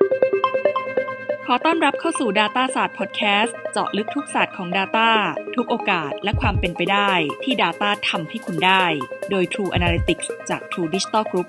ขอต้อนรับเข้าสู่ Data ศาสตร์ Podcast เจาะลึกทุกศาสตร์ของ Data ทุกโอกาสและความเป็นไปได้ที่ Data ทำให้คุณได้ โดย True Analytics จาก True Digital Group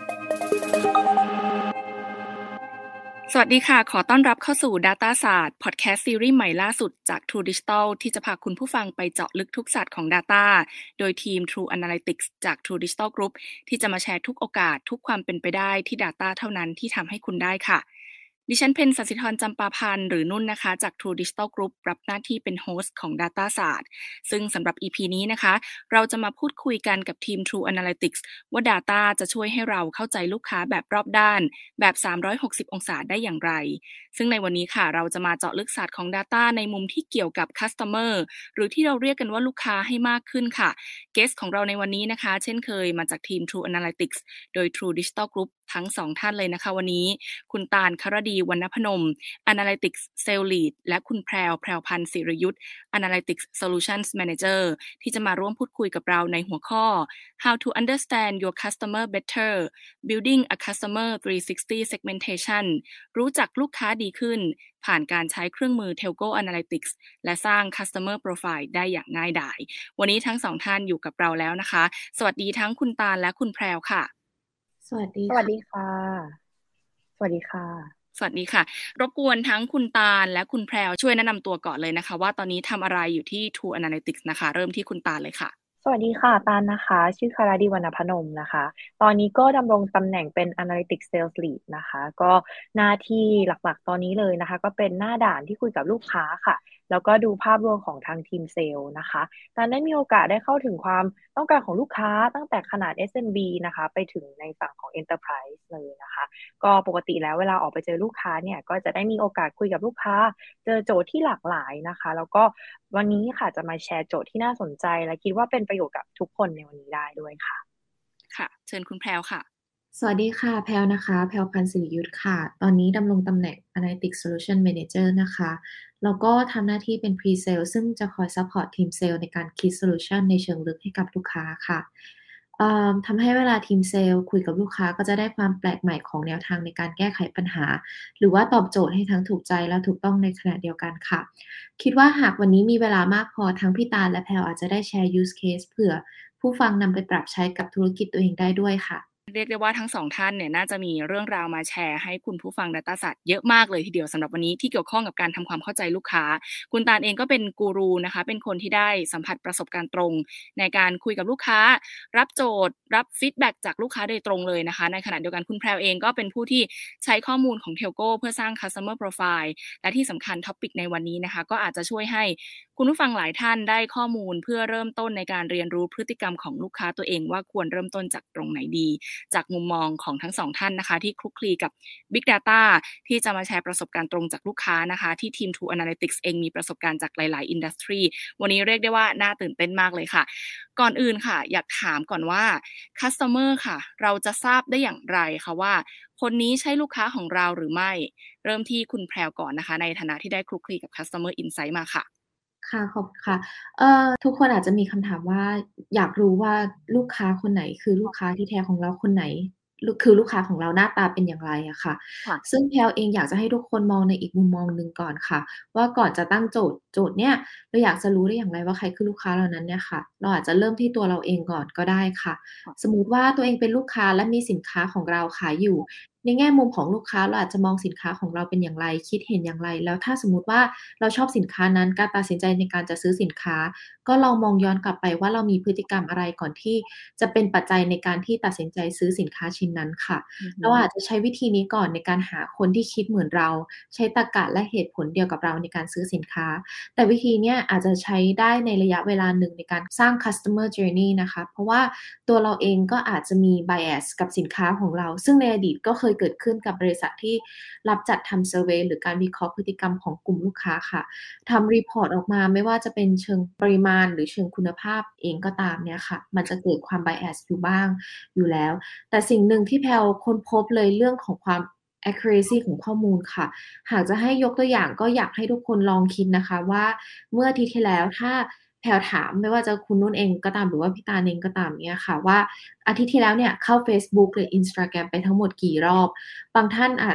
สวัสดีค่ะขอต้อนรับเข้าสู่ Data ศาสตร์ Podcast ซีรีส์ใหม่ล่าสุดจาก True Digital ที่จะพาคุณผู้ฟังไปเจาะลึกทุกศาสตร์ของ Data โดยทีม True Analytics จาก True Digital Group ที่จะมาแชร์ทุกโอกาสทุกความเป็นไปได้ที่ Data เท่านั้นที่ทำให้คุณได้ค่ะดิฉันเพ็ญ ศศิธร จำปาพันธ์หรือนุ่นนะคะจาก True Digital Group รับหน้าที่เป็นโฮสต์ของ Data ศาสตร์ซึ่งสำหรับ EP นี้นะคะเราจะมาพูดคุยกันกับทีม True Analytics ว่า Data จะช่วยให้เราเข้าใจลูกค้าแบบรอบด้านแบบ360องศาได้อย่างไรซึ่งในวันนี้ค่ะเราจะมาเจาะลึกศาสตร์ของ Data ในมุมที่เกี่ยวกับ Customer หรือที่เราเรียกกันว่าลูกค้าให้มากขึ้นค่ะ Guest ของเราในวันนี้นะคะเช่นเคยมาจากทีม True Analytics โดย True Digital Group ทั้ง2ท่านเลยนะคะวันนี้คุณตาล ครดี วรรณพนม Analytics Sales Lead และคุณแพรว แพรวพันธ์ศิรยุทธ Analytics Solutions Manager ที่จะมาร่วมพูดคุยกับเราในหัวข้อ How to understand your customer better Building a customer 360 segmentation รู้จักลูกค้าดีขึ้นผ่านการใช้เครื่องมือ Telco Analytics และสร้าง Customer Profile ได้อย่างง่ายดายวันนี้ทั้ง2ท่านอยู่กับเราแล้วนะคะสวัสดีทั้งคุณตาลและคุณแพรวค่ะสวัสดีค่ะ สวัสดีค่ะสวัสดีค่ะรบกวนทั้งคุณตาลและคุณแพรวช่วยแนะนำตัวก่อนเลยนะคะว่าตอนนี้ทำอะไรอยู่ที่ True Analytics นะคะเริ่มที่คุณตาลเลยค่ะสวัสดีค่ะตาลนะคะ ชื่อคาราดีวรรณพนมนะคะ ตอนนี้ก็ดำรงตำแหน่งเป็น Analytics Sales Lead นะคะ ก็หน้าที่หลักๆตอนนี้เลยนะคะ ก็เป็นหน้าด่านที่คุยกับลูกค้าค่ะ แล้วก็ดูภาพรวมของทางทีมเซลล์นะคะตาลได้มีโอกาสได้เข้าถึงความต้องการของลูกค้าตั้งแต่ขนาด SMB นะคะไปถึงในฝั่งของ Enterprise เลยนะคะ ก็ปกติแล้วเวลาออกไปเจอลูกค้าเนี่ยก็จะได้มีโอกาสคุยกับลูกค้าเจอโจทย์ที่หลากหลายนะคะแล้วก็วันนี้ค่ะจะมาแชร์โจทย์ที่น่าสนใจและคิดว่าเป็นประโยชน์กับทุกคนในวันนี้ได้ด้วยค่ะค่ะเชิญคุณแพรวค่ะสวัสดีค่ะแพลวนะคะแพลวพันธ์ศิริยุทธค่ะตอนนี้ดำรงตำแหน่ง Analytics Solution Manager นะคะแล้วก็ทำหน้าที่เป็น Pre-Sale ซึ่งจะคอย Support ทีม Sale ในการคิด Solution ในเชิงลึกให้กับลูกค้าค่ะทำให้เวลาทีมเซลล์คุยกับลูกค้าก็จะได้ความแปลกใหม่ของแนวทางในการแก้ไขปัญหาหรือว่าตอบโจทย์ให้ทั้งถูกใจและถูกต้องในขณะเดียวกันค่ะคิดว่าหากวันนี้มีเวลามากพอทั้งพี่ตาลและแพลวอาจจะได้แชร์ use case เผื่อผู้ฟังนำไปปรับใช้กับธุรกิจตัวเองได้ด้วยค่ะเรียกได้ว่าทั้ง2ท่านเนี่ยน่าจะมีเรื่องราวมาแชร์ให้คุณผู้ฟัง Data ศาสตร์เยอะมากเลยทีเดียวสำหรับวันนี้ที่เกี่ยวข้องกับการทำความเข้าใจลูกค้าคุณตาลเองก็เป็นกูรูนะคะเป็นคนที่ได้สัมผัสประสบการณ์ตรงในการคุยกับลูกค้ารับโจทย์รับฟีดแบ็กจากลูกค้าโดยตรงเลยนะคะในขณะเดียวกันคุณแพรวเองก็เป็นผู้ที่ใช้ข้อมูลของ Telco เพื่อสร้าง Customer Profile และที่สำคัญท็อปิกในวันนี้นะคะก็อาจจะช่วยให้คุณผู้ฟังหลายท่านได้ข้อมูลเพื่อเริ่มต้นในการเรียนรู้พฤติกรรมของลูกค้าตัวเองว่าควรเริ่มต้นจากตรงไหนดีจากมุมมองของทั้ง2ท่านนะคะที่คลุกคลีกับ Big Data ที่จะมาแชร์ประสบการณ์ตรงจากลูกค้านะคะที่ทีม True Analytics เองมีประสบการณ์จากหลายๆ Industry วันนี้เรียกได้ว่าน่าตื่นเต้นมากเลยค่ะก่อนอื่นค่ะอยากถามก่อนว่า Customer ค่ะเราจะทราบได้อย่างไรคะว่าคนนี้ใช่ลูกค้าของเราหรือไม่เริ่มที่คุณแพรวก่อนนะคะในฐานะที่ได้คลุกคลีกับ Customer Insight มาค่ะค่ะขอบคุณค่ะทุกคนอาจจะมีคำถามว่าอยากรู้ว่าลูกค้าคนไหนคือลูกค้าที่แท้ของเราคนไหนคือลูกค้าของเราหน้าตาเป็นอย่างไรอะค่ะค่ะซึ่งแพลวเองอยากจะให้ทุกคนมองในอีกมุมมองหนึ่งก่อนค่ะว่าก่อนจะตั้งโจทย์เนี่ยเราอยากจะรู้ได้อย่างไรว่าใครคือลูกค้าเหล่านั้นเนี่ยค่ะเราอาจจะเริ่มที่ตัวเราเองก่อนก็ได้ค่ะสมมุติว่าตัวเองเป็นลูกค้าและมีสินค้าของเราขายอยู่ในแง่มุมของลูกค้าเราอาจจะมองสินค้าของเราเป็นอย่างไรคิดเห็นอย่างไรแล้วถ้าสมมุติว่าเราชอบสินค้านั้นการตัดสินใจในการจะซื้อสินค้าก็ลองมองย้อนกลับไปว่าเรามีพฤติกรรมอะไรก่อนที่จะเป็นปัจจัยในการที่ตัดสินใจซื้อสินค้าชิ้นนั้นค่ะเราอาจจะใช้วิธีนี้ก่อนในการหาคนที่คิดเหมือนเราใช้ตรรกะและเหตุผลเดียวกับเราในการซื้อสินค้าแต่วิธีเนี้ยอาจจะใช้ได้ในระยะเวลาหนึ่งในการสร้าง customer journey นะคะเพราะว่าตัวเราเองก็อาจจะมี bias กับสินค้าของเราซึ่งในอดีตก็เคยเกิดขึ้นกับบริษัทที่รับจัดทำ survey หรือการวิเคราะห์พฤติกรรมของกลุ่มลูกค้าค่ะทำรีพอร์ตออกมาไม่ว่าจะเป็นเชิงปริมาณหรือเชิงคุณภาพเองก็ตามเนี่ยค่ะมันจะเกิดความ bias อยู่บ้างอยู่แล้วแต่สิ่งหนึ่งที่แพลค้นพบเลยเรื่องของความ accuracy ของข้อมูลค่ะหากจะให้ยกตัวอย่างก็อยากให้ทุกคนลองคิดนะคะว่าเมื่ออาทิตย์ที่แล้วถ้าแพลถามไม่ว่าจะคุณนุ่นเองก็ตามหรือว่าพี่ตาลเองก็ตามเนี่ยค่ะว่าอาทิตย์ที่แล้วเนี่ยเข้าเฟซบุ๊กหรือ Instagram ไปทั้งหมดกี่รอบบางท่านอาจจะ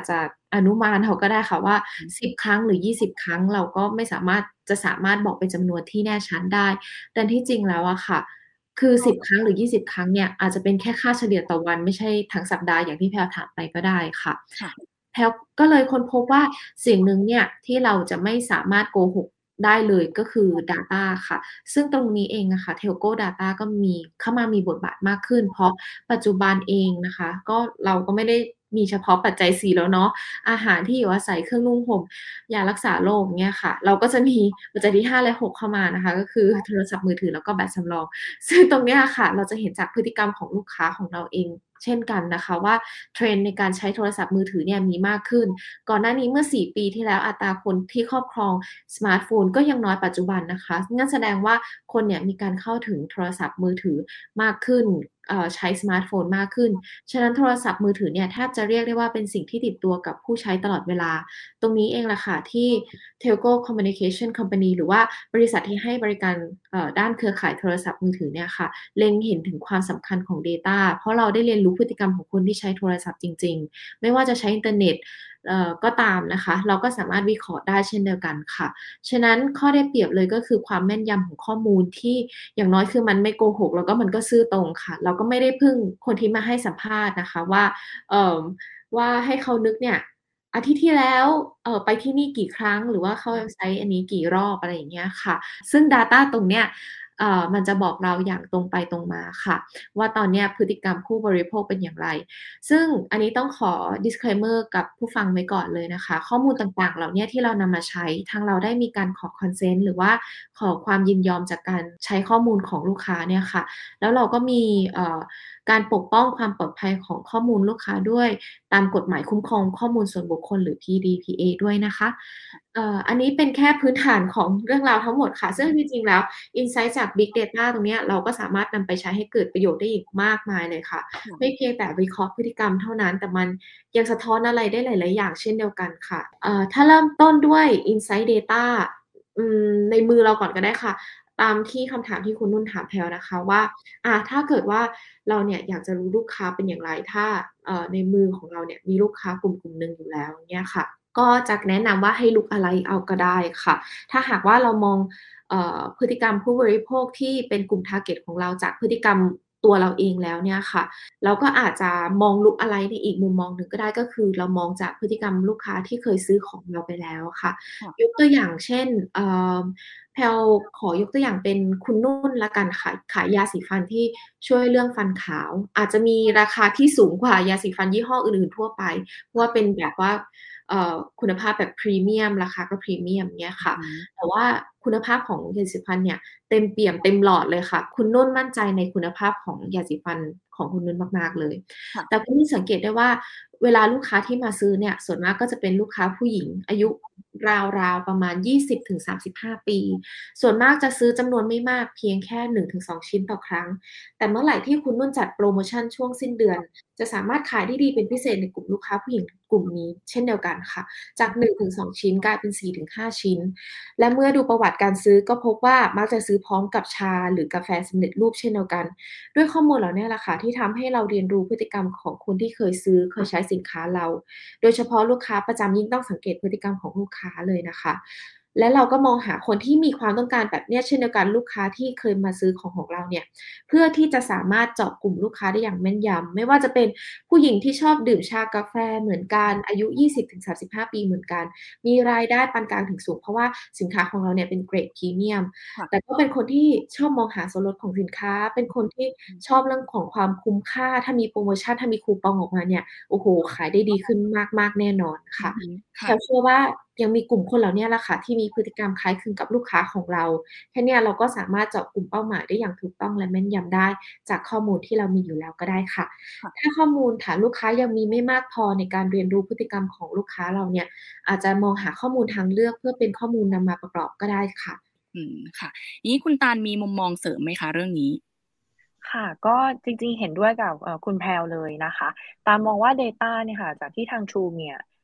อนุมานเอาก็ได้ค่ะว่า10ครั้งหรือ20ครั้งเราก็ไม่สามารถบอกเป็นจำนวนที่แน่ชัดได้แต่ที่จริงแล้วอะค่ะคือ10ครั้งหรือ20ครั้งเนี่ยอาจจะเป็นแค่ค่าเฉลี่ยต่อวันไม่ใช่ทั้งสัปดาห์อย่างที่แพรวถามไปก็ได้ค่ะค่ะแพรวก็เลยค้นพบว่าสิ่งหนึ่งเนี่ยที่เราจะไม่สามารถโกหกได้เลยก็คือ data ค่ะซึ่งตรงนี้เองอะค่ะ Telco Data ก็เข้ามามีบทบาทมากขึ้นเพราะปัจจุบันเองนะคะเราก็ไม่ได้มีเฉพาะปัจจัย4แล้วเนาะอาหารที่อยู่อาศัยเครื่องนุ่งห่มยารักษาโรคเงี้ยค่ะเราก็จะมีปัจจัยที่5และ6เข้ามานะคะก็คือโทรศัพท์มือถือแล้วก็แบตสำรองซึ่งตรงเนี้ยค่ะเราจะเห็นจากพฤติกรรมของลูกค้าของเราเองเช่นกันนะคะว่า trend ในการใช้โทรศัพท์มือถือเนี่ยมีมากขึ้นก่อนหน้านี้เมื่อ4ปีที่แล้วอัตราคนที่ครอบครองสมาร์ตโฟนก็ยังน้อยปัจจุบันนะคะงั้นแสดงว่าคนเนี่ยมีการเข้าถึงโทรศัพท์มือถือมากขึ้นใช้สมาร์ตโฟนมากขึ้นฉะนั้นโทรศัพท์มือถือเนี่ยแทบจะเรียกได้ว่าเป็นสิ่งที่ติดตัวกับผู้ใช้ตลอดเวลาตรงนี้เองแหละค่ะที่ Telco Communication Company หรือว่าบริษัทที่ให้บริการด้านเครือข่ายโทรศัพท์มือถือเนี่ยค่ะเล็งเห็นถึงความสำคัญของ Data เพราะเราได้เรียนรู้พฤติกรรมของคนที่ใช้โทรศัพท์จริงๆไม่ว่าจะใช้อินเทอร์เน็ตก็ตามนะคะเราก็สามารถวิเคราะห์ได้เช่นเดียวกันค่ะฉะนั้นข้อได้เปรียบเลยก็คือความแม่นยำของข้อมูลที่อย่างน้อยคือมันไม่โกหกแล้วก็มันก็ซื่อตรงค่ะเราก็ไม่ได้พึ่งคนที่มาให้สัมภาษณ์นะคะเอ่อว่าให้เขานึกเนี่ยอาทิตย์ที่แล้วไปที่นี่กี่ครั้งหรือว่าเข้าเว็บไซต์อันนี้กี่รอบอะไรอย่างเงี้ยค่ะซึ่ง data ตรงเนี้ยมันจะบอกเราอย่างตรงไปตรงมาค่ะว่าตอนเนี้ยพฤติกรรมผู้บริโภคเป็นอย่างไรซึ่งอันนี้ต้องขอ disclaimer กับผู้ฟังไว้ก่อนเลยนะคะข้อมูลต่างๆเหล่าเนี้ยที่เรานำมาใช้ทางเราได้มีการขอ consent หรือว่าขอความยินยอมจากการใช้ข้อมูลของลูกค้าเนี่ยค่ะแล้วเราก็มีการปกป้องความปลอดภัยของข้อมูลลูกค้าด้วยตามกฎหมายคุ้มครองข้อมูลส่วนบุคคลหรือ PDPA ด้วยนะคะอันนี้เป็นแค่พื้นฐานของเรื่องราวทั้งหมดค่ะซึ่งจริงๆแล้ว insight จาก Big Data ตรงเนี้ยเราก็สามารถนำไปใช้ให้เกิดประโยชน์ได้อีกมากมายเลยค่ะไม่เพียงแต่วิเคราะห์พฤติกรรมเท่านั้นแต่มันยังสะท้อนอะไรได้หลายๆอย่างเช่นเดียวกันค่ะถ้าเริ่มต้นด้วย insight data ในมือเราก่อนก็ได้ค่ะตามที่คำถามที่คุณนุ่นถามแพลวนะคะว่าถ้าเกิดว่าเราเนี่ยอยากจะรู้ลูกค้าเป็นอย่างไรถ้าในมือของเราเนี่ยมีลูกค้ากลุ่มหนึ่งอยู่แล้วเนี่ยค่ะก็จะแนะนำว่าให้ look alike เอาก็ได้ค่ะถ้าหากว่าเรามองพฤติกรรมผู้บริโภคที่เป็นกลุ่ม target ของเราจากพฤติกรรมตัวเราเองแล้วเนี่ยค่ะเราก็อาจจะมอง look alike ในอีกมุมมองหนึ่งก็ได้ก็คือเรามองจากพฤติกรรมลูกค้าที่เคยซื้อของเราไปแล้วค่ะยกตัวอย่างเช่นแพลขอยกตัวอย่างเป็นคุณนุ่นละกันค่ะขายยาสีฟันที่ช่วยเรื่องฟันขาวอาจจะมีราคาที่สูงกว่ายาสีฟันยี่ห้ออื่นๆทั่วไปเพราะว่าเป็นแบบว่าคุณภาพแบบพรีเมียมราคาก็พรีเมียมเงี้ยค่ะแต่ว่าคุณภาพของยาสีฟันเนี่ยเต็มเปี่ยมเต็มหลอดเลยค่ะคุณนุ่นมั่นใจในคุณภาพของยาสีฟันของคุณนุ่นมากๆเลยแต่คุณนุ่นสังเกตได้ว่าเวลาลูกค้าที่มาซื้อเนี่ยส่วนมากก็จะเป็นลูกค้าผู้หญิงอายุราวๆประมาณ20-35ปีส่วนมากจะซื้อจำนวนไม่มากเพียงแค่1-2ชิ้นต่อครั้งแต่เมื่อไหร่ที่คุณนุ่นจัดโพรโมชันช่วงสิ้นเดือนจะสามารถขายได้ดีเป็นพิเศษในกลุ่มลูกค้าผู้หญิงกลุ่มนี้เช่นเดียวกันค่ะจาก1-2ชิ้นกลายเป็น4-5ชิ้นและเมื่อดูประวัติการซื้อก็พบว่ามักจะซื้อพร้อมกับชาหรือกาแฟสำเร็จรูปเช่นเดียวกันด้วยข้อมูลเหล่านี้แหละค่ะที่ทำให้เราเรียนรู้พฤติกรรมของคนที่เคยซื้อเคยใช้สินค้าเราโดยเฉพาะลูกค้าประจำยิ่งต้องสังเกตพฤติกรรมของลูกค้าเลยนะคะและเราก็มองหาคนที่มีความต้องการแบบเนี้ยเช่นเดียวกันลูกค้าที่เคยมาซื้อของเราเนี่ยเพื่อที่จะสามารถเจาะกลุ่มลูกค้าได้อย่างแม่นยำไม่ว่าจะเป็นผู้หญิงที่ชอบดื่มชากาแฟเหมือนกันอายุ20-35ปีเหมือนกันมีรายได้ปานกลางถึงสูงเพราะว่าสินค้าของเราเนี่ยเป็นเกรดพรีเมียมแต่ก็เป็นคนที่ชอบมองหาส่วนลดของสินค้าเป็นคนที่ชอบเรื่องของความคุ้มค่าถ้ามีโพรโมชันถ้ามีคูปองออกมาเนี่ยโอ้โฮขายได้ดีขึ้นมากๆแน่นอนค่ะแพลวเชื่อว่ายังมีกลุ่มคนเหล่าเนี้ยแหละค่ะที่มีพฤติกรรมคล้ายคลึงกับลูกค้าของเราแค่เนี้ยเราก็สามารถเจาะกลุ่มเป้าหมายได้อย่างถูกต้องและแม่นยำได้จากข้อมูลที่เรามีอยู่แล้วก็ได้ค่ะถ้าข้อมูลฐานลูกค้ายังมีไม่มากพอในการเรียนรู้พฤติกรรมของลูกค้าเราเนี่ยอาจจะมองหาข้อมูลทางเลือกเพื่อเป็นข้อมูลนำมาประกอบก็ได้ค่ะค่ะนี้คุณตาลมีมุมมองเสริมไหมคะเรื่องนี้ค่ะก็จริงๆเห็นด้วยกับคุณแพรวเลยนะคะตามมองว่า Data เนี่ยค่ะจากที่ทาง True เนี่ย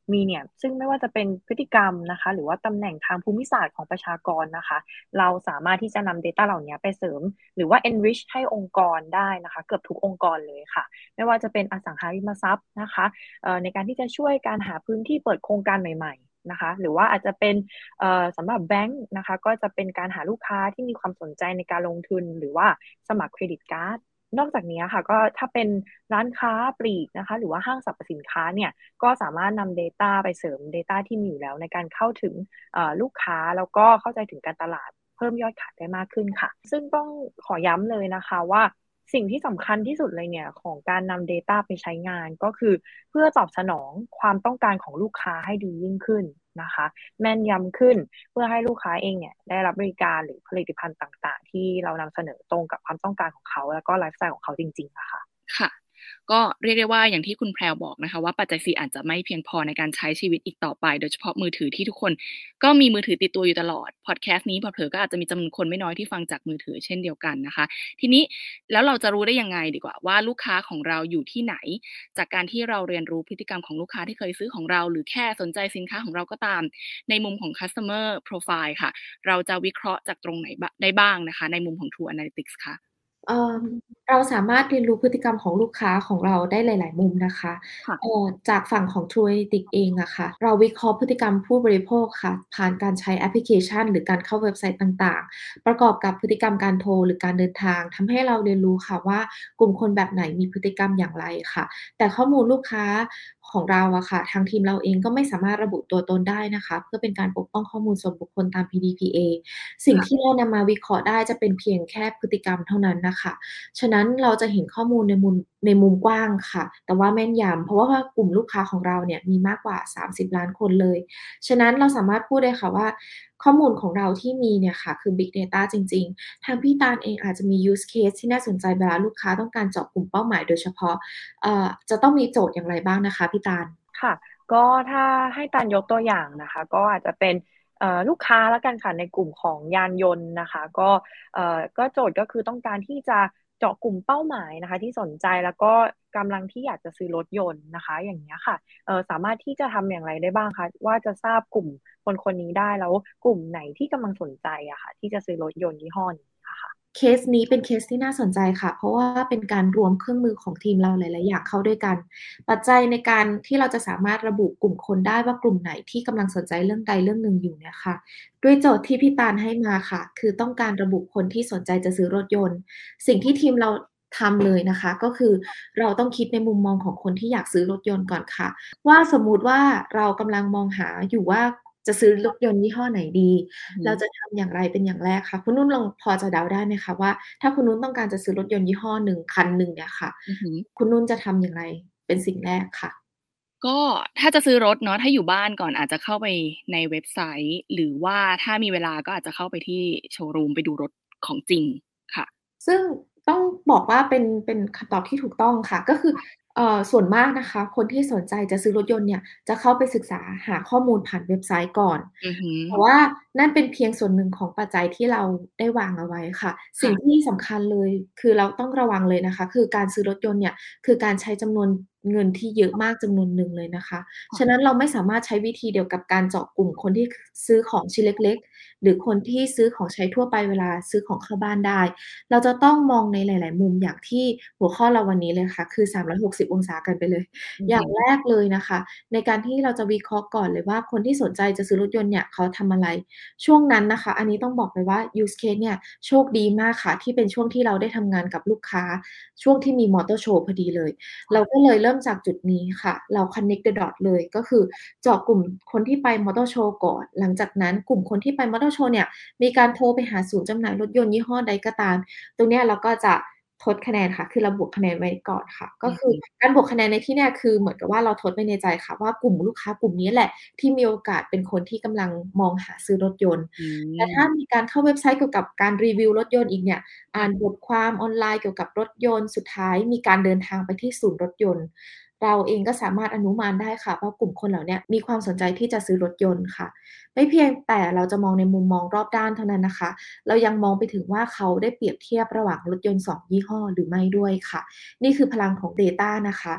มีเนี่ยซึ่งไม่ว่าจะเป็นพฤติกรรมนะคะหรือว่าตำแหน่งทางภูมิศาสตร์ของประชากรนะคะเราสามารถที่จะนำ Data เหล่านี้ไปเสริมหรือว่า enrich ให้องค์กรได้นะคะเกือบทุกองค์กรเลยค่ะไม่ว่าจะเป็นอสังหาริมทรัพย์นะคะในการที่จะช่วยการหาพื้นที่เปิดโครงการใหม่ๆนะคะหรือว่าอาจจะเป็นสำหรับแบงค์นะคะก็จะเป็นการหาลูกค้าที่มีความสนใจในการลงทุนหรือว่าสมัครเครดิตการ์ดนอกจากนี้ค่ะก็ถ้าเป็นร้านค้าปลีกนะคะหรือว่าห้างสรรพสินค้าเนี่ยก็สามารถนำ Data ไปเสริม Data ที่มีอยู่แล้วในการเข้าถึงลูกค้าแล้วก็เข้าใจถึงการตลาดเพิ่มยอดขายได้มากขึ้นค่ะซึ่งต้องขอย้ำเลยนะคะว่าสิ่งที่สำคัญที่สุดเลยเนี่ยของการนำ Data ไปใช้งานก็คือเพื่อตอบสนองความต้องการของลูกค้าให้ดียิ่งขึ้นนะคะแม่นยำขึ้นเพื่อให้ลูกค้าเองเนี่ยได้รับบริการหรือผลิตภัณฑ์ต่างๆที่เรานำเสนอตรงกับความต้องการของเขาแล้วก็ไลฟ์สไตล์ของเขาจริงๆนะคะค่ะก็เรียกได้ว่าอย่างที่คุณแพรวบอกนะคะว่าปัจจัย4อาจจะไม่เพียงพอในการใช้ชีวิตอีกต่อไปโดยเฉพาะมือถือที่ทุกคนก็มีมือถือติดตัวอยู่ตลอดพอดแคสต์นี้เผลอๆก็อาจจะมีจำนวนคนไม่น้อยที่ฟังจากมือถือเช่นเดียวกันนะคะทีนี้แล้วเราจะรู้ได้ยังไงดีกว่าว่าลูกค้าของเราอยู่ที่ไหนจากการที่เราเรียนรู้พฤติกรรมของลูกค้าที่เคยซื้อของเราหรือแค่สนใจสินค้าของเราก็ตามในมุมของ customer profile ค่ะเราจะวิเคราะห์จากตรงไหนได้บ้างนะคะในมุมของ True Analytics ค่ะเอ่อเราสามารถเรียนรู้พฤติกรรมของลูกค้าของเราได้หลายๆมุมนะคะค่ะจากฝั่งของ True Analytics เองอะค่ะเราวิเคราะห์พฤติกรรมผู้บริโภคค่ะผ่านการใช้แอปพลิเคชันหรือการเข้าเว็บไซต์ต่างๆประกอบกับพฤติกรรมการโทรหรือการเดินทางทำให้เราเรียนรู้ค่ะว่ากลุ่มคนแบบไหนมีพฤติกรรมอย่างไรค่ะแต่ข้อมูลลูกค้าของเราอะค่ะทางทีมเราเองก็ไม่สามารถระบุตัวตนได้นะคะเพื่อเป็นการปกป้องข้อมูลส่วนบุคคลตาม PDPA สิ่งที่เรานำมาวิเคราะห์ได้จะเป็นเพียงแค่พฤติกรรมเท่านั้นน่ะค่ะ ฉะนั้นเราจะเห็นข้อมูลในมุมกว้างค่ะแต่ว่าแม่นยำเพราะว่ากลุ่มลูกค้าของเราเนี่ยมีมากกว่า30ล้านคนเลยฉะนั้นเราสามารถพูดได้ค่ะว่าข้อมูลของเราที่มีเนี่ยค่ะคือ Big Data จริงๆทางพี่ตาลเองอาจจะมี use case ที่น่าสนใจเวลาลูกค้าต้องการเจาะกลุ่มเป้าหมายโดยเฉพาะจะต้องมีโจทย์อย่างไรบ้างนะคะพี่ตาลค่ะก็ถ้าให้ตานยกตัวอย่างนะคะก็อาจจะเป็นลูกค้าแล้วกันค่ะในกลุ่มของยานยนต์นะคะก็โจทย์ก็คือต้องการที่จะเจาะกลุ่มเป้าหมายนะคะที่สนใจแล้วก็กำลังที่อยากจะซื้อรถยนต์นะคะอย่างนี้ยค่ะสามารถที่จะทำอย่างไรได้บ้างคะว่าจะทราบกลุ่มคนนี้ได้แล้วกลุ่มไหนที่กำลังสนใจอะค่ะที่จะซื้อรถยนต์ยี่ห้อนี้อะค่ะเคสนี้เป็นเคสที่น่าสนใจค่ะเพราะว่าเป็นการรวมเครื่องมือของทีมเราหลายๆอย่างเข้าด้วยกันปัจจัยในการที่เราจะสามารถระบุกลุ่มคนได้ว่ากลุ่มไหนที่กำลังสนใจเรื่องใดเรื่องหนึ่งอยู่เนี่ยค่ะด้วยโจทย์ที่พี่ตาลให้มาค่ะคือต้องการระบุคนที่สนใจจะซื้อรถยนต์สิ่งที่ทีมเราทำเลยนะคะก็คือเราต้องคิดในมุมมองของคนที่อยากซื้อรถยนต์ก่อนค่ะว่าสมมุติว่าเรากำลังมองหาอยู่ว่าจะซื้อรถยนต์ยี่ห้อไหนดี เราจะทำอย่างไรเป็นอย่างแรกคะคุณนุ่นลองพอจะเดาได้ไหมคะว่าถ้าคุณนุ่นต้องการจะซื้อรถยนต์ยี่ห้อหนึ่งคันหนึ่งเนี่ยค่ะอือฮึคุณนุ่นจะทำอย่างไรเป็นสิ่งแรกค่ะก็ถ้าจะซื้อรถเนาะถ้าอยู่บ้านก่อนอาจจะเข้าไปในเว็บไซต์หรือว่าถ้ามีเวลาก็อาจจะเข้าไปที่โชว์รูมไปดูรถของจริงค่ะซึ่งต้องบอกว่าเป็นคำตอบที่ถูกต้องค่ะก็คือส่วนมากนะคะคนที่สนใจจะซื้อรถยนต์เนี่ยจะเข้าไปศึกษาหาข้อมูลผ่านเว็บไซต์ก่อนอือฮึแต่ว่านั่นเป็นเพียงส่วนหนึ่งของปัจจัยที่เราได้วางเอาไว้ค่ะสิ่งค่ะที่สำคัญเลยคือเราต้องระวังเลยนะคะคือการซื้อรถยนต์เนี่ยคือการใช้จำนวนเงินที่เยอะมากจำนวนหนึ่งเลยนะคะฉะนั้นเราไม่สามารถใช้วิธีเดียวกับการเจาะกลุ่มคนที่ซื้อของชิ้นเล็กๆหรือคนที่ซื้อของใช้ทั่วไปเวลาซื้อของเข้าบ้านได้ เราจะต้องมองในหลายๆมุมอย่างที่หัวข้อเราวันนี้เลยค่ะคือ360องศากันไปเลยอือฮึอย่างแรกเลยนะคะในการที่เราจะวิเคราะห์ก่อนเลยว่าคนที่สนใจจะซื้อรถยนต์เนี่ยเขาทำอะไรช่วงนั้นนะคะอันนี้ต้องบอกเลยว่า use case เนี่ยโชคดีมากค่ะที่เป็นช่วงที่เราได้ทำงานกับลูกค้าช่วงที่มีมอเตอร์โชว์พอดีเลยเราก็เลยเริ่มจากจุดนี้ค่ะเรา connect the dot เลยก็คือเจาะกลุ่มคนที่ไปมอเตอร์โชว์ก่อนหลังจากนั้นกลุ่มคนที่ไปมอเตอร์โชว์เนี่ยมีการโทรไปหาศูนย์จำหน่ายรถยนต์ยี่ห้อใดก็ตาม ตรงเนี้ยเราก็จะทดคะแนนค่ะคือเราบวกคะแนนไว้ก่อนค่ะก็คืออือฮึการบวกคะแนนในที่เนี้ยคือเหมือนกับว่าเราทดไว้ในใจค่ะว่ากลุ่มลูกค้ากลุ่มนี้แหละที่มีโอกาสเป็นคนที่กำลังมองหาซื้อรถยนต์อืแต่ถ้ามมีการเข้าเว็บไซต์เกี่ยวกับการรีวิวรถยนต์อีกเนี่ยอ่านบทความออนไลน์เกี่ยวกับรถยนต์สุดท้ายมีการเดินทางไปที่ศูนย์รถยนต์เราเองก็สามารถอนุมานได้ค่ะว่ากลุ่มคนเหล่าเนี้ยมีความสนใจที่จะซื้อรถยนต์ค่ะไม่เพียงแต่เราจะมองในมุมมองรอบด้านเท่านั้นนะคะ เรายังมองไปถึงว่าเขาได้เปรียบเทียบระหว่างรถยนต์2ยี่ห้อหรือไม่ด้วยค่ะนี่คือพลังของ Data นะคะ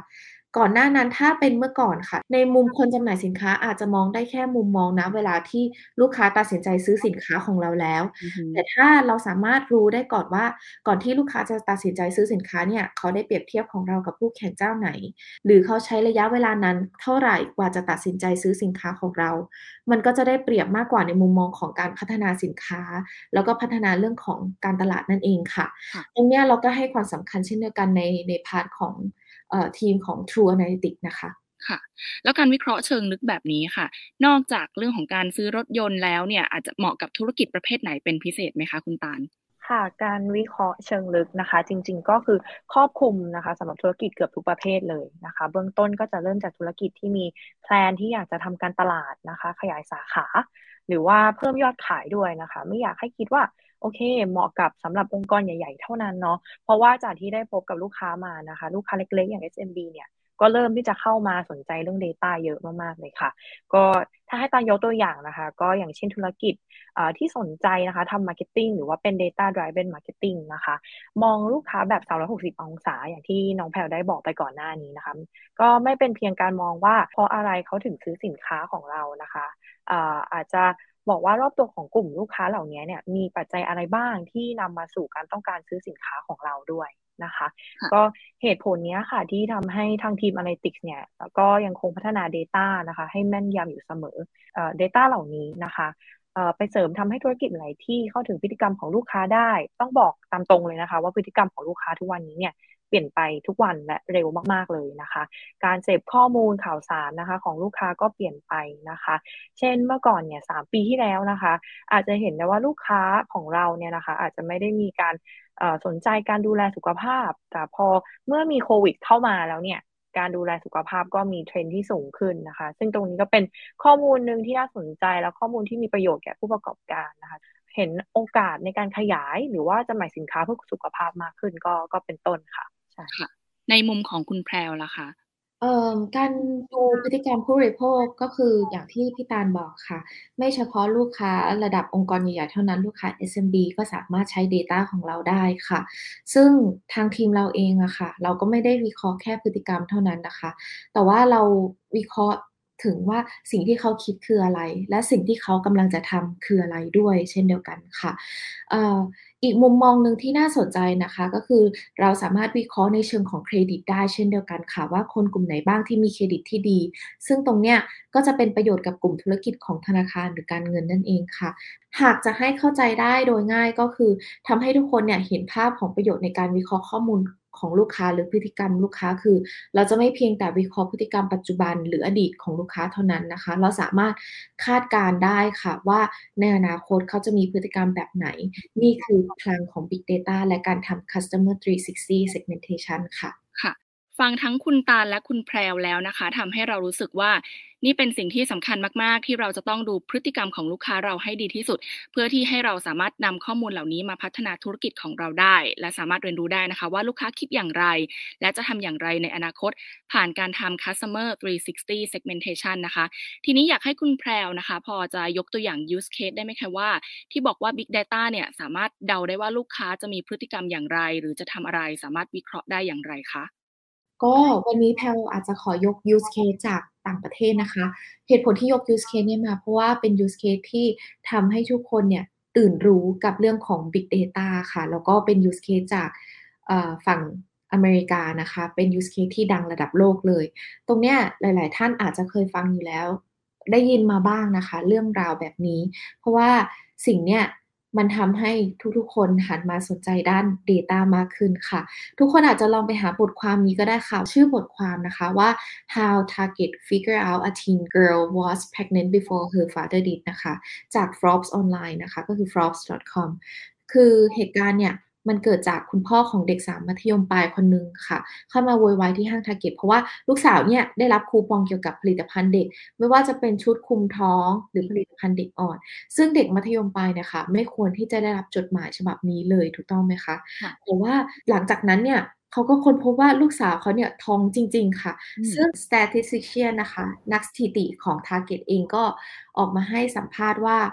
ก่อนหน้านั้นถ้าเป็นเมื่อก่อนค่ะในมุมคนจำหน่ายสินค้าอาจจะมองได้แค่มุมมองณเวลาที่ลูกค้าตัดสินใจซื้อสินค้าของเราแล้วอือฮึแต่ถ้าเราสามารถรู้ได้ก่อนว่าก่อนที่ลูกค้าจะตัดสินใจซื้อสินค้าเนี่ยเขาได้เปรียบเทียบของเรากับคู่แข่งเจ้าไหนหรือเขาใช้ระยะเวลานั้นเท่าไรกว่าจะตัดสินใจซื้อสินค้าของเรามันก็จะได้เปรียบมากกว่าในมุมมองของการพัฒนาสินค้าแล้วก็พัฒนาเรื่องของการตลาดนั่นเองค่ะค่ะตรงเนี้ยเราก็ให้ความสำคัญเช่นเดียวกันในพาร์ตของทีมของ True Analytics นะคะค่ะแล้วการวิเคราะห์เชิงลึกแบบนี้ค่ะนอกจากเรื่องของการซื้อรถยนต์แล้วเนี่ยอาจจะเหมาะกับธุรกิจประเภทไหนเป็นพิเศษไหมคะคุณตาลค่ะการวิเคราะห์เชิงลึกนะคะจริงๆก็คือครอบคลุมนะคะสำหรับธุรกิจเกือบทุกประเภทเลยนะคะเบื้องต้นก็จะเริ่มจากธุรกิจที่มีแพลนที่อยากจะทำการตลาดนะคะขยายสาขาหรือว่าเพิ่มยอดขายด้วยนะคะไม่อยากให้คิดว่าโอเคเหมาะกับสำหรับองค์กรใหญ่ๆเท่านั้นเนาะเพราะว่าจากที่ได้พบกับลูกค้ามานะคะลูกค้าเล็กๆอย่าง SMB เนี่ยก็เริ่มที่จะเข้ามาสนใจเรื่อง Data เยอะมากๆเลยค่ะก็ถ้าให้ตามยกตัวอย่างนะคะก็อย่างเช่นธุรกิจ ที่สนใจนะคะทำ Marketing หรือว่าเป็น Data Driven Marketing นะคะมองลูกค้าแบบ360องศาอย่างที่น้องแพลได้บอกไปก่อนหน้านี้นะคะก็ไม่เป็นเพียงการมองว่าเพราะอะไรเขาถึงซื้อสินค้าของเรานะคะอาจจะบอกว่ารอบตัวของกลุ่มลูกค้าเหล่านี้เนี่ยมีปัจจัยอะไรบ้างที่นำมาสู่การต้องการซื้อสินค้าของเราด้วยนะคะก็ค่ะเหตุผลนี้ค่ะที่ทำให้ทางทีม Analytics เนี่ยก็ยังคงพัฒนา Data นะคะให้แม่นยำอยู่เสมอdata เหล่านี้นะคะ ไปเสริมทำให้ธุรกิจหลายที่เข้าถึงพฤติกรรมของลูกค้าได้ต้องบอกตามตรงเลยนะคะว่าพฤติกรรมของลูกค้าทุกวันนี้เนี่ยเปลี่ยนไปทุกวันและเร็วมากๆเลยนะคะการเสพข้อมูลข่าวสารนะคะของลูกค้าก็เปลี่ยนไปนะคะเช่นเมื่อก่อนเนี่ย3 ปีที่แล้วนะคะอาจจะเห็นได้ว่าลูกค้าของเราเนี่ยนะคะอาจจะไม่ได้มีการสนใจการดูแลสุขภาพแต่พอเมื่อมีโควิดเข้ามาแล้วเนี่ยการดูแลสุขภาพก็มีเทรนด์ที่สูงขึ้นนะคะซึ่งตรงนี้ก็เป็นข้อมูลหนึ่งที่น่าสนใจและข้อมูลที่มีประโยชน์แก่ผู้ประกอบการนะคะเห็นโอกาสในการขยายหรือว่าจำหน่ายสินค้าเพื่อสุขภาพมากขึ้นก็เป็นต้นค่ะใช่ค่ะในมุมของคุณแพรวล่ะคะการดูพฤติกรรมผู้บริโภคก็คืออย่างที่พี่ตาลบอกค่ะไม่เฉพาะลูกค้าระดับองค์กรใหญ่ๆเท่านั้นลูกค้า SMB ก็สามารถใช้เดต้าของเราได้ค่ะซึ่งทางทีมเราเองอะค่ะเราก็ไม่ได้วิเคราะห์แค่พฤติกรรมเท่านั้นนะคะแต่ว่าเราวิเคราะห์ถึงว่าสิ่งที่เขาคิดคืออะไรและสิ่งที่เขากำลังจะทำคืออะไรด้วยเช่นเดียวกันค่ะเอ่อ อีกมุมมองหนึ่งที่น่าสนใจนะคะก็คือเราสามารถวิเคราะห์ในเชิงของเครดิตได้เช่นเดียวกันค่ะว่าคนกลุ่มไหนบ้างที่มีเครดิตที่ดีซึ่งตรงเนี้ยก็จะเป็นประโยชน์กับกลุ่มธุรกิจของธนาคารหรือการเงินนั่นเองค่ะหากจะให้เข้าใจได้โดยง่ายก็คือทำให้ทุกคนเนี่ยเห็นภาพของประโยชน์ในการวิเคราะห์ข้อมูลของลูกค้าหรือพฤติกรรมลูกค้าคือเราจะไม่เพียงแต่วิเคราะห์พฤติกรรมปัจจุบันหรืออดีตของลูกค้าเท่านั้นนะคะเราสามารถคาดการณ์ได้ค่ะว่าในอนาคตเขาจะมีพฤติกรรมแบบไหน นี่คือพลังของ Big Data และการทำ Customer 360 Segmentation ค่ะค่ะฟังทั้งคุณตาลและคุณแพรวแล้วนะคะทำให้เรารู้สึกว่านี่เป็นสิ่งที่สำคัญมากๆที่เราจะต้องดูพฤติกรรมของลูกค้าเราให้ดีที่สุดเพื่อที่ให้เราสามารถนำข้อมูลเหล่านี้มาพัฒนาธุรกิจของเราได้และสามารถเรียนรู้ได้นะคะว่าลูกค้าคิดอย่างไรและจะทำอย่างไรในอนาคตผ่านการทำ Customer 360 Segmentation นะคะทีนี้อยากให้คุณแพรวนะคะพอจะยกตัวอย่าง use case ได้ไหมคะว่าที่บอกว่า Big Data เนี่ยสามารถเดาได้ว่าลูกค้าจะมีพฤติกรรมอย่างไรหรือจะทำอะไรสามารถวิเคราะห์ได้อย่างไรคะก็วันนี้แพลอาจจะขอยก use case จากต่างประเทศนะคะเหตุผลที่ยก use case เนี่ยมาเพราะว่าเป็น use case ที่ทำให้ทุกคนเนี่ยตื่นรู้กับเรื่องของ Big Data ค่ะแล้วก็เป็น use case จากฝั่งอเมริกานะคะเป็น use case ที่ดังระดับโลกเลยตรงเนี้ยหลายๆท่านอาจจะเคยฟังอยู่แล้วได้ยินมาบ้างนะคะเรื่องราวแบบนี้เพราะว่าสิ่งเนี้ยมันทำให้ทุกๆคนหันมาสนใจด้าน Data มากขึ้นค่ะ ทุกคนอาจจะลองไปหาบทความนี้ก็ได้ค่ะชื่อบทความนะคะว่า How Target Figure Out a Teen Girl Was Pregnant Before Her Father Did นะคะจาก Forbes Online นะคะก็คือ forbes.com คือเหตุการณ์เนี่ยมันเกิดจากคุณพ่อของเด็กสาวมัธยมปลายคนหนึ่งค่ะเข้ามาโวยวายที่ห้าง Target เพราะว่าลูกสาวเนี่ยได้รับคูปองเกี่ยวกับผลิตภัณฑ์เด็กไม่ว่าจะเป็นชุดคลุมท้องหรือผลิตภัณฑ์เด็กอ่อนซึ่งเด็กมัธยมปลายเนี่ยค่ะไม่ควรที่จะได้รับจดหมายฉบับนี้เลยถูกต้องไหมคะค่ะแต่ว่าหลังจากนั้นเนี่ยเขาก็ค้นพบว่าลูกสาวเขาเนี่ยท้องจริงๆค่ะอืมซึ่ง statistician นะคะนักสถิติของ Target เองก็ออกมาให้สัมภาษณ์ว่า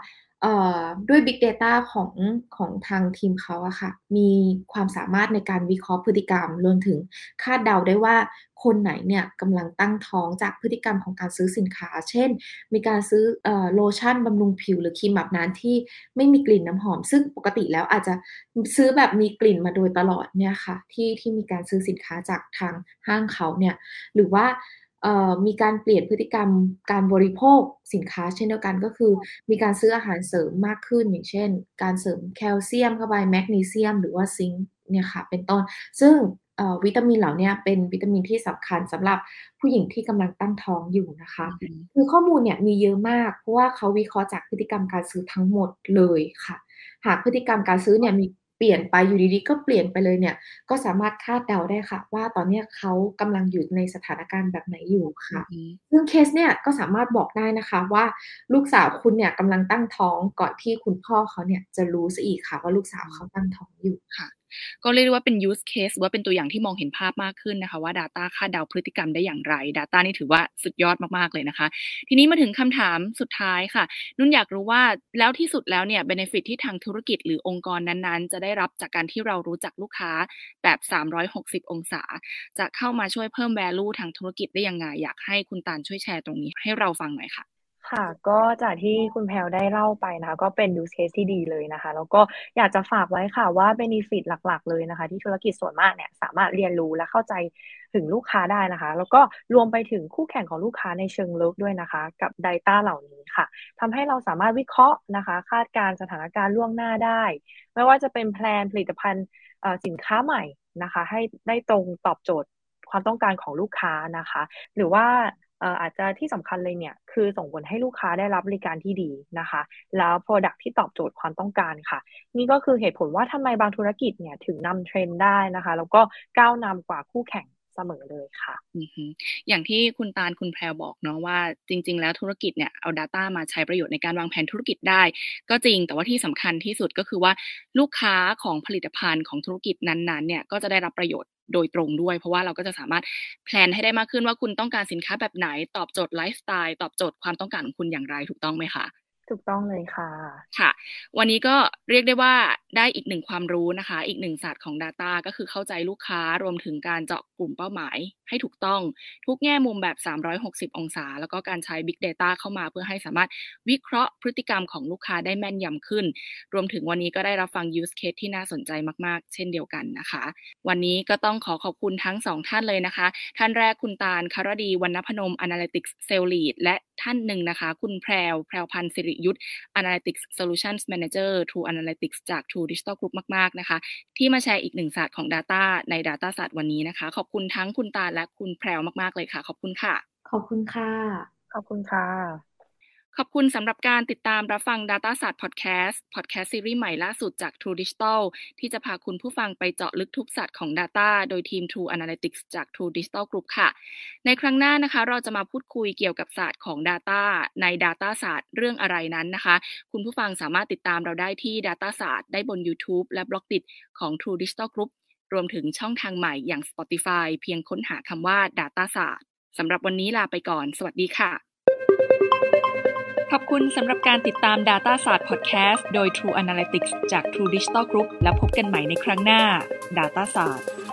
ด้วย Big Data ของทางทีมเขาอะค่ะมีความสามารถในการวิเคราะห์พฤติกรรมรวมถึงคาดเดาได้ว่าคนไหนเนี่ยกำลังตั้งท้องจากพฤติกรรมของการซื้อสินค้าเช่นมีการซื้อโลชั่นบำรุงผิวหรือครีมอาบน้ำที่ไม่มีกลิ่นน้ำหอมซึ่งปกติแล้วอาจจะซื้อแบบมีกลิ่นมาโดยตลอดเนี่ยค่ะที่มีการซื้อสินค้าจากทางห้างเขาเนี่ยหรือว่ามีการเปลี่ยนพฤติกรรมการบริโภคสินค้าเช่นเดียวกันก็คือมีการซื้ออาหารเสริมมากขึ้นอย่างเช่นการเสริมแคลเซียมเข้าไปแมกนีเซียมหรือว่าซิงค์เนี่ยค่ะเป็นต้นซึ่งวิตามินเหล่าเนี้ยเป็นวิตามินที่สำคัญสำหรับผู้หญิงที่กำลังตั้งท้องอยู่นะคะคือข้อมูลเนี่ยมีเยอะมากเพราะว่าเขาวิเคราะห์จากพฤติกรรมการซื้อทั้งหมดเลยค่ะหากพฤติกรรมการซื้อเนี่ยมีเปลี่ยนไปอยู่ดีๆก็เปลี่ยนไปเลยเนี่ยก็สามารถคาดเดาได้ค่ะว่าตอนเนี้ยเขากำลังอยู่ในสถานการณ์แบบไหนอยู่ค่ะซึ่งเคสเนี่ยก็สามารถบอกได้นะคะว่าลูกสาวคุณเนี่ยกำลังตั้งท้องก่อนที่คุณพ่อเขาเนี่ยจะรู้เสียอีกค่ะว่าลูกสาวเขาตั้งท้องอยู่ค่ะก็เรียกได้ว่าเป็น use case หรือว่าเป็นตัวอย่างที่มองเห็นภาพมากขึ้นนะคะว่า Data คาดเดาพฤติกรรมได้อย่างไร Data นี่ถือว่าสุดยอดมากๆเลยนะคะทีนี้มาถึงคำถามสุดท้ายค่ะนุ่นอยากรู้ว่าแล้วที่สุดแล้วเนี่ย benefit ที่ทางธุรกิจหรือองค์กรนั้นๆจะได้รับจากการที่เรารู้จักลูกค้าแบบ360องศาจะเข้ามาช่วยเพิ่ม value ทางธุรกิจได้ยังไงอยากให้คุณตาลช่วยแชร์ตรงนี้ให้เราฟังหน่อยค่ะค่ะก็จากที่คุณแพลวได้เล่าไปนะคะก็เป็น use case ที่ดีเลยนะคะแล้วก็อยากจะฝากไว้ค่ะว่า benefit หลักๆเลยนะคะที่ธุรกิจส่วนมากเนี่ยสามารถเรียนรู้และเข้าใจถึงลูกค้าได้นะคะแล้วก็รวมไปถึงคู่แข่งของลูกค้าในเชิงลึกด้วยนะคะกับ Data เหล่านี้ค่ะทำให้เราสามารถวิเคราะห์นะคะคาดการณ์สถานการณ์ล่วงหน้าได้ไม่ว่าจะเป็นแพลนผลิตภัณฑ์สินค้าใหม่นะคะให้ได้ตรงตอบโจทย์ความต้องการของลูกค้านะคะหรือว่าอาจจะที่สำคัญเลยเนี่ยคือส่งผลให้ลูกค้าได้รับบริการที่ดีนะคะแล้ว Product ที่ตอบโจทย์ความต้องการค่ะนี่ก็คือเหตุผลว่าทำไมบางธุรกิจเนี่ยถึงนำเทรนด์ได้นะคะแล้วก็ก้าวนำกว่าคู่แข่งเสมอเลยค่ะอย่างที่คุณตาลคุณแพรวบอกเนาะว่าจริงๆแล้วธุรกิจเนี่ยเอา Data มาใช้ประโยชน์ในการวางแผนธุรกิจได้ก็จริงแต่ว่าที่สำคัญที่สุดก็คือว่าลูกค้าของผลิตภัณฑ์ของธุรกิจนั้นๆเนี่ยก็จะได้รับประโยชน์โดยตรงด้วยเพราะว่าเราก็จะสามารถแพลนให้ได้มากขึ้นว่าคุณต้องการสินค้าแบบไหนตอบโจทย์ไลฟ์สไตล์ตอบโจทย์ความต้องการของคุณอย่างไรถูกต้องไหมคะถูกต้องเลยค่ะค่ะวันนี้ก็เรียกได้ว่าได้อีกหนึ่งความรู้นะคะอีกหนึ่งศาสตร์ของ Data ก็คือเข้าใจลูกค้ารวมถึงการเจาะกลุ่มเป้าหมายให้ถูกต้องทุกแง่มุมแบบ360องศาแล้วก็การใช้ Big Data เข้ามาเพื่อให้สามารถวิเคราะห์พฤติกรรมของลูกค้าได้แม่นยำขึ้นรวมถึงวันนี้ก็ได้รับฟัง use case ที่น่าสนใจมากๆเช่นเดียวกันนะคะวันนี้ก็ต้องขอบคุณทั้งสองท่านเลยนะคะท่านแรกคุณตาลคารดีวรรณพนม Analytics Sales Lead และท่านหนึ่งนะคะคุณแพรวพันธ์สิริยุทธAnalytics Solutions Manager True Analytics จาก True Digital Group มากๆนะคะที่มาแชร์อีกหนึ่งศาสตร์ของ Data ใน Data ศาสตร์วันนี้นะคะขอบคุณทั้งคุณตาและคุณแพรวมากๆเลยค่ะขอบคุณค่ะขอบคุณค่ะขอบคุณค่ะขอบคุณสำหรับการติดตามรับฟัง Data ศาสตร์ Podcast ซีรีส์ใหม่ล่าสุดจาก True Digital ที่จะพาคุณผู้ฟังไปเจาะลึกทุกศาสตร์ของ Data โดยทีม True Analytics จาก True Digital Group ค่ะในครั้งหน้านะคะเราจะมาพูดคุยเกี่ยวกับศาสตร์ของ Data ใน Data ศาสตร์เรื่องอะไรนั้นนะคะคุณผู้ฟังสามารถติดตามเราได้ที่ Data ศาสตร์ได้บน YouTube และ Blogdit ของ True Digital Group รวมถึงช่องทางใหม่อย่าง Spotify เพียงค้นหาคำว่า Data ศาสตร์สำหรับวันนี้ลาไปก่อนสวัสดีค่ะขอบคุณสำหรับการติดตาม Data ศาสตร์ Podcast โดย True Analytics จาก True Digital Group และพบกันใหม่ในครั้งหน้า Data ศาสตร์